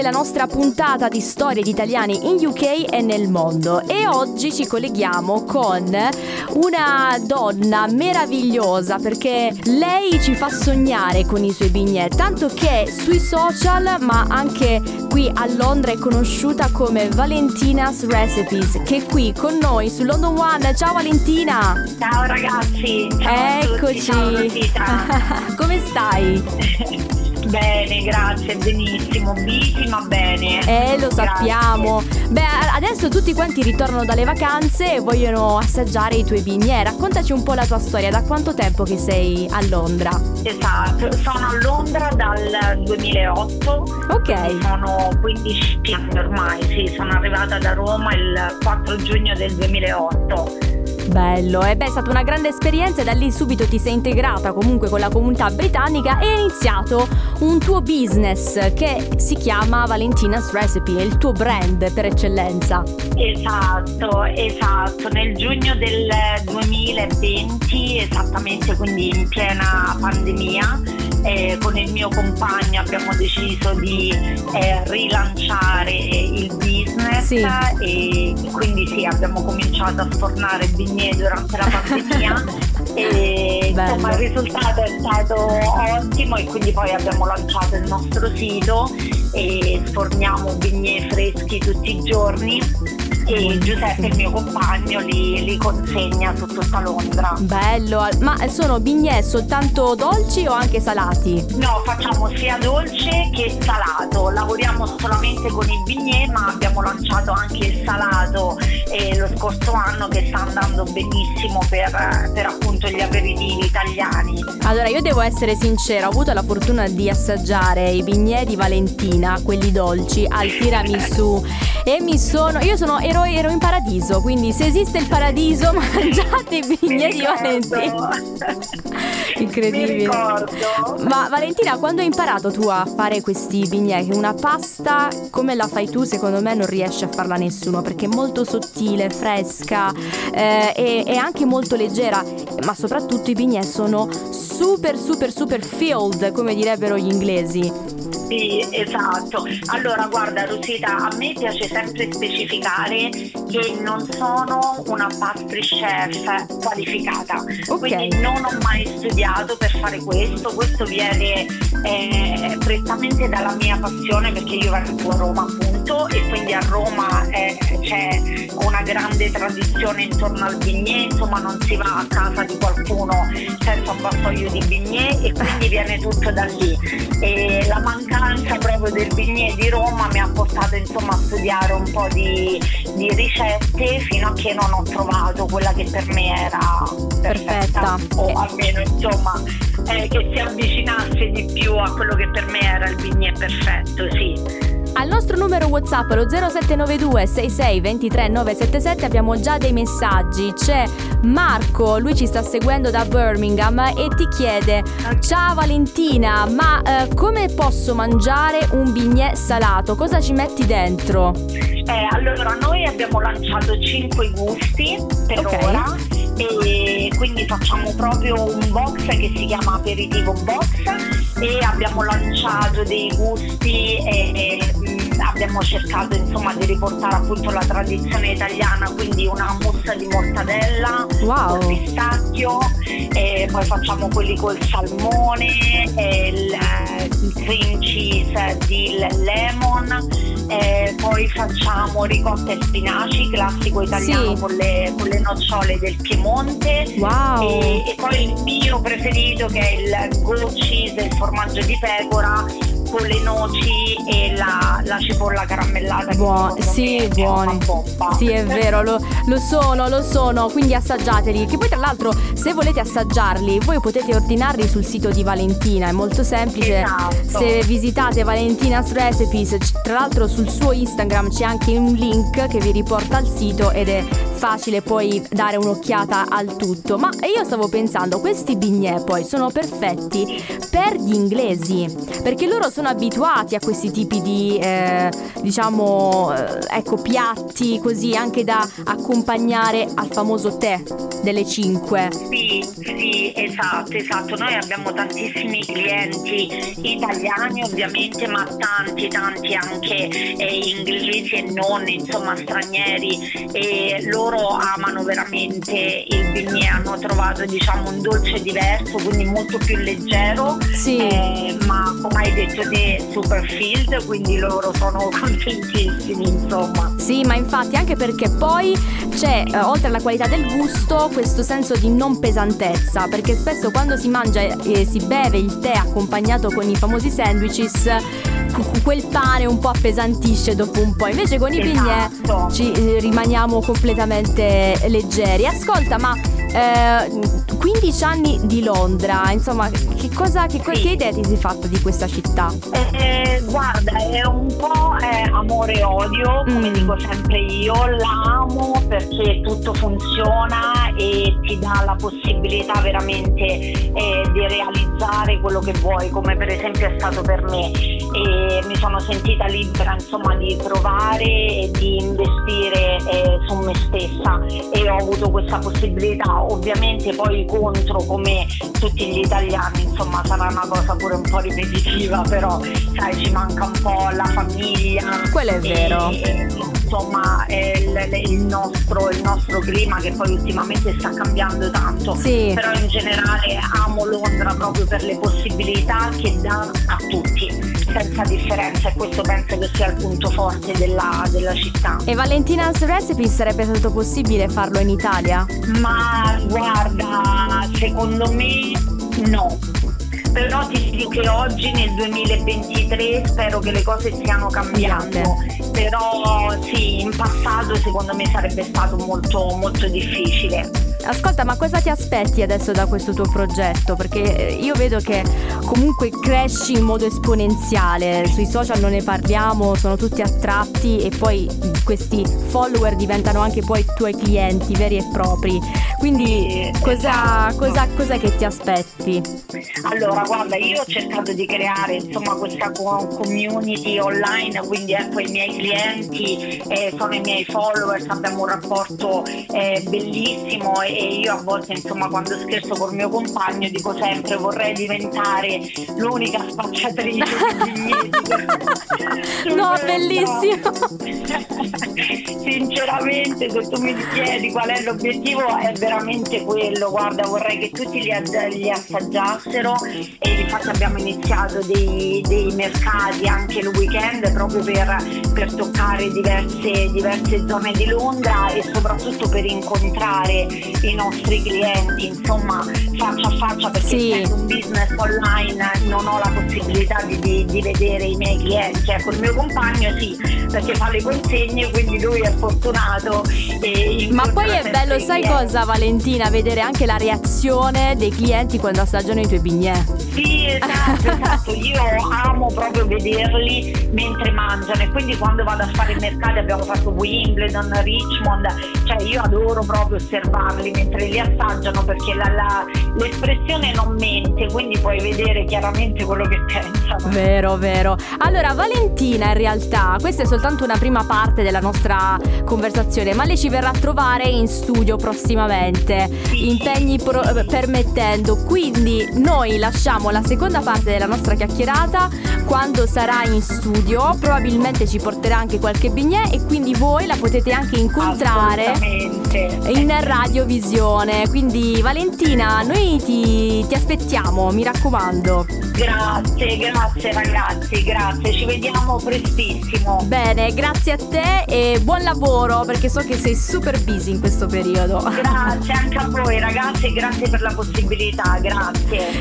La nostra puntata di storie di italiani in UK e nel mondo, e oggi ci colleghiamo con una donna meravigliosa perché lei ci fa sognare con i suoi bignè, tanto che sui social ma anche qui a Londra è conosciuta come Valentina's Recipes, che è qui con noi su London One. Ciao Valentina! Ciao ragazzi! Ciao eccoci! Ciao, come stai? Bene, grazie, benissimo, busy ma bene. Lo sappiamo. Beh, adesso tutti quanti ritornano dalle vacanze e vogliono assaggiare i tuoi bignè. Raccontaci un po' la tua storia, da quanto tempo che sei a Londra? Esatto, sono a Londra dal 2008. Ok. Sono 15 anni ormai, sì, sono arrivata da Roma il 4 giugno del 2008. Bello, e beh, è stata una grande esperienza e da lì subito ti sei integrata comunque con la comunità britannica e hai iniziato un tuo business che si chiama Valentina's Recipe, è il tuo brand per eccellenza. Esatto, nel giugno del 2020, esattamente, quindi in piena pandemia, con il mio compagno abbiamo deciso di rilanciare il business, sì. E quindi sì, abbiamo cominciato a sfornare bignè durante la pandemia e insomma il risultato è stato ottimo e quindi poi abbiamo lanciato il nostro sito e sforniamo bignè freschi tutti i giorni. E Giuseppe, il mio compagno, li consegna su tutta Londra. Bello, ma sono bignè soltanto dolci o anche salati? No, facciamo sia dolce che salato, lavoriamo solamente con i bignè, ma abbiamo lanciato anche il salato lo scorso anno, che sta andando benissimo per appunto gli aperitivi italiani. Allora, io devo essere sincera, ho avuto la fortuna di assaggiare i bignè di Valentina, quelli dolci, al tiramisù, e ero in paradiso, quindi se esiste il paradiso mangiate i bignè di Valentina. Incredibile. Mi ricordo. Ma Valentina, quando hai imparato tu a fare questi bignè? Una pasta come la fai tu secondo me non riesce a farla nessuno, perché è molto sottile, fresca, e anche molto leggera, ma soprattutto i bignè sono super filled, come direbbero gli inglesi. Sì, esatto. Allora, guarda Rosita, a me piace sempre specificare che non sono una pastry chef qualificata, okay. Quindi non ho mai studiato per fare questo viene prettamente dalla mia passione, perché io vengo a Roma appunto, e quindi a Roma c'è una grande tradizione intorno al bignè, insomma non si va a casa di qualcuno senza un vassoio di bignè e quindi viene tutto da lì. E la mancanza proprio del bignè di Roma mi ha portato insomma a studiare un po' di ricette fino a che non ho trovato quella che per me era perfetta. O almeno insomma che si avvicinasse di più a quello che per me era il bignè perfetto, sì. Al nostro numero WhatsApp, lo 0792 66 23 977, abbiamo già dei messaggi. C'è Marco, lui ci sta seguendo da Birmingham e ti chiede: ciao Valentina, ma come posso mangiare un bignè salato? Cosa ci metti dentro? Allora, noi abbiamo lanciato 5 gusti per ora, e quindi facciamo proprio un box che si chiama aperitivo box, e abbiamo lanciato dei gusti e abbiamo cercato insomma di riportare appunto la tradizione italiana, quindi una mousse di mortadella, wow, col pistacchio, e poi facciamo quelli col salmone, il cream cheese di lemon, poi facciamo ricotta e spinaci classico italiano, sì, con le nocciole del Piemonte, wow, e poi il mio preferito che è il goat cheese, il formaggio di pecora con le noci e la cipolla caramellata. Sì, buoni. Sì, è vero, lo sono, quindi assaggiateli. Che poi tra l'altro, se volete assaggiarli, voi potete ordinarli sul sito di Valentina, è molto semplice. Esatto. Se visitate Valentina's Recipes, tra l'altro sul suo Instagram c'è anche un link che vi riporta al sito ed è facile poi dare un'occhiata al tutto. Ma io stavo pensando, questi bignè poi sono perfetti per gli inglesi, perché loro sono abituati a questi tipi di diciamo ecco, piatti così anche da accompagnare al famoso tè delle 5. Sì, esatto. Noi abbiamo tantissimi clienti italiani ovviamente, ma tanti anche inglesi e non, insomma stranieri, e loro amano veramente il bignè. Hanno trovato, diciamo, un dolce diverso, quindi molto più leggero, ma come hai detto te, super filled, quindi loro sono contentissimi, insomma. Sì, ma infatti, anche perché poi c'è, oltre alla qualità del gusto, questo senso di non pesantezza, perché spesso quando si mangia e si beve il tè accompagnato con i famosi sandwiches, quel pane un po' appesantisce dopo un po', invece con i bignè ci rimaniamo completamente leggeri. Ascolta, ma 15 anni di Londra, insomma, che idea ti sei fatta di questa città? Guarda, è un po' amore e odio, come dico sempre io. La amo perché tutto funziona e ti dà la possibilità veramente di realizzare quello che vuoi, come per esempio è stato per me, e mi sono sentita libera, insomma, di provare e di investire su me stessa, e ho avuto questa possibilità. Ovviamente poi contro, come tutti gli italiani, insomma, sarà una cosa pure un po' ripetitiva, però sai, ci manca un po' la famiglia. Quello è vero. Insomma, il nostro clima, che poi ultimamente sta cambiando tanto, sì. Però in generale amo Londra proprio per le possibilità che dà a tutti, senza differenza, e questo penso che sia il punto forte della città. E Valentina's Recipe sarebbe stato possibile farlo in Italia? Ma guarda, secondo me no. Però ti dico che oggi nel 2023 spero che le cose stiano cambiando. Però sì, in passato secondo me sarebbe stato molto molto difficile. Ascolta, ma cosa ti aspetti adesso da questo tuo progetto? Perché io vedo che comunque cresci in modo esponenziale, sui social non ne parliamo, sono tutti attratti, e poi questi follower diventano anche poi tuoi clienti veri e propri. Quindi cosa che ti aspetti? Allora, guarda, io ho cercato di creare, insomma, questa community online, quindi ecco, i miei clienti sono i miei followers, abbiamo un rapporto bellissimo, e io a volte, insomma, quando scherzo col mio compagno dico sempre: vorrei diventare l'unica spacciatrice di biglietti. No, bellissimo. Sinceramente, se tu mi chiedi qual è l'obiettivo, è veramente quello. Guarda, vorrei che tutti li assaggiassero, e infatti abbiamo iniziato dei mercati anche il weekend, proprio per toccare diverse zone di Londra, e soprattutto per incontrare i nostri clienti, insomma, faccia a faccia, perché essendo un business online non ho la possibilità di vedere i miei clienti. Ecco, il mio compagno sì, perché fa le consegne, quindi lui è fortunato. Ma poi è bello, sai cosa, Valentina, vedere anche la reazione dei clienti quando assaggiano i tuoi bignè. Sì, esatto. Io amo proprio vederli mentre mangiano, e quindi quando vado a fare i mercati, abbiamo fatto Wimbledon, Richmond, cioè io adoro proprio osservarli mentre li assaggiano, perché l'espressione non mente, quindi puoi vedere chiaramente quello che pensano. Vero. Allora, Valentina, in realtà questa è soltanto una prima parte della nostra conversazione, ma lei ci verrà a trovare in studio prossimamente, impegni permettendo, quindi noi lasciamo la seconda parte della nostra chiacchierata quando sarà in studio. Probabilmente ci porterà anche qualche bignè, e quindi voi la potete anche incontrare in radiovisione. Quindi Valentina, noi ti aspettiamo, mi raccomando. Grazie ragazzi, grazie, ci vediamo prestissimo. Bene, grazie a te e buon lavoro, perché so che sei super busy in questo periodo. Grazie anche a voi ragazzi, grazie per la possibilità, grazie.